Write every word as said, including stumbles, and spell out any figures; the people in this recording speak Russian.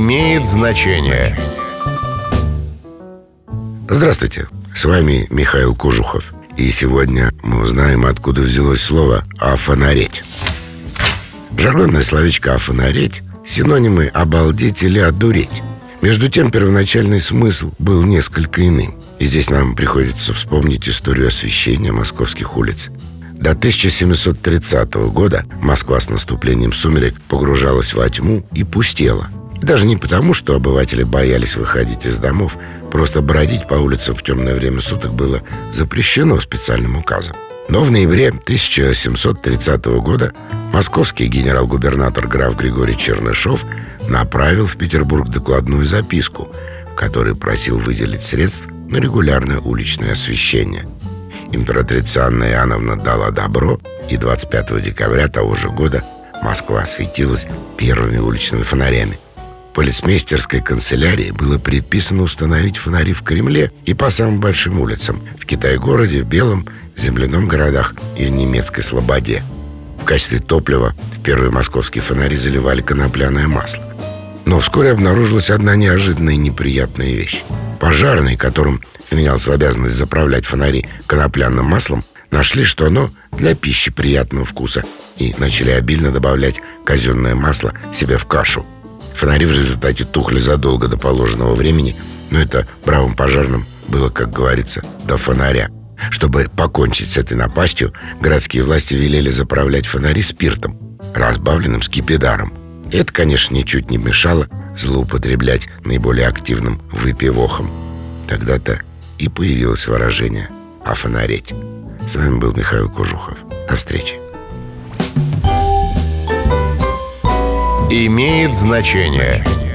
Имеет значение. Здравствуйте, с вами Михаил Кожухов. И сегодня мы узнаем, откуда взялось слово «офонареть». Жаргонное словечко «офонареть» — синонимы «обалдеть» или «одуреть». Между тем, первоначальный смысл был несколько иным. И здесь нам приходится вспомнить историю освещения московских улиц. До тысяча семьсот тридцатого года Москва с наступлением сумерек погружалась во тьму и пустела. Даже не потому, что обыватели боялись выходить из домов, просто бродить по улицам в темное время суток было запрещено специальным указом. Но в ноябре тысяча семьсот тридцатого года московский генерал-губернатор граф Григорий Чернышов направил в Петербург докладную записку, в которой просил выделить средств на регулярное уличное освещение. Императрица Анна Иоанновна дала добро, и двадцать пятого декабря того же года Москва осветилась первыми уличными фонарями. Полицмейстерской канцелярии было предписано установить фонари в Кремле и по самым большим улицам: в Китай-городе, в Белом, земляном городах и в немецкой Слободе. В качестве топлива в первые московские фонари заливали конопляное масло. Но вскоре обнаружилась одна неожиданная и неприятная вещь. Пожарные, которым вменялось в обязанность заправлять фонари конопляным маслом, нашли, что оно для пищи приятного вкуса, и начали обильно добавлять казенное масло себе в кашу. Фонари в результате тухли задолго до положенного времени, но это бравым пожарным было, как говорится, до фонаря. Чтобы покончить с этой напастью, городские власти велели заправлять фонари спиртом, разбавленным скипидаром. И это, конечно, ничуть не мешало злоупотреблять наиболее активным выпивохом. Тогда-то и появилось выражение «офонареть». С вами был Михаил Кожухов. До встречи. Имеет значение.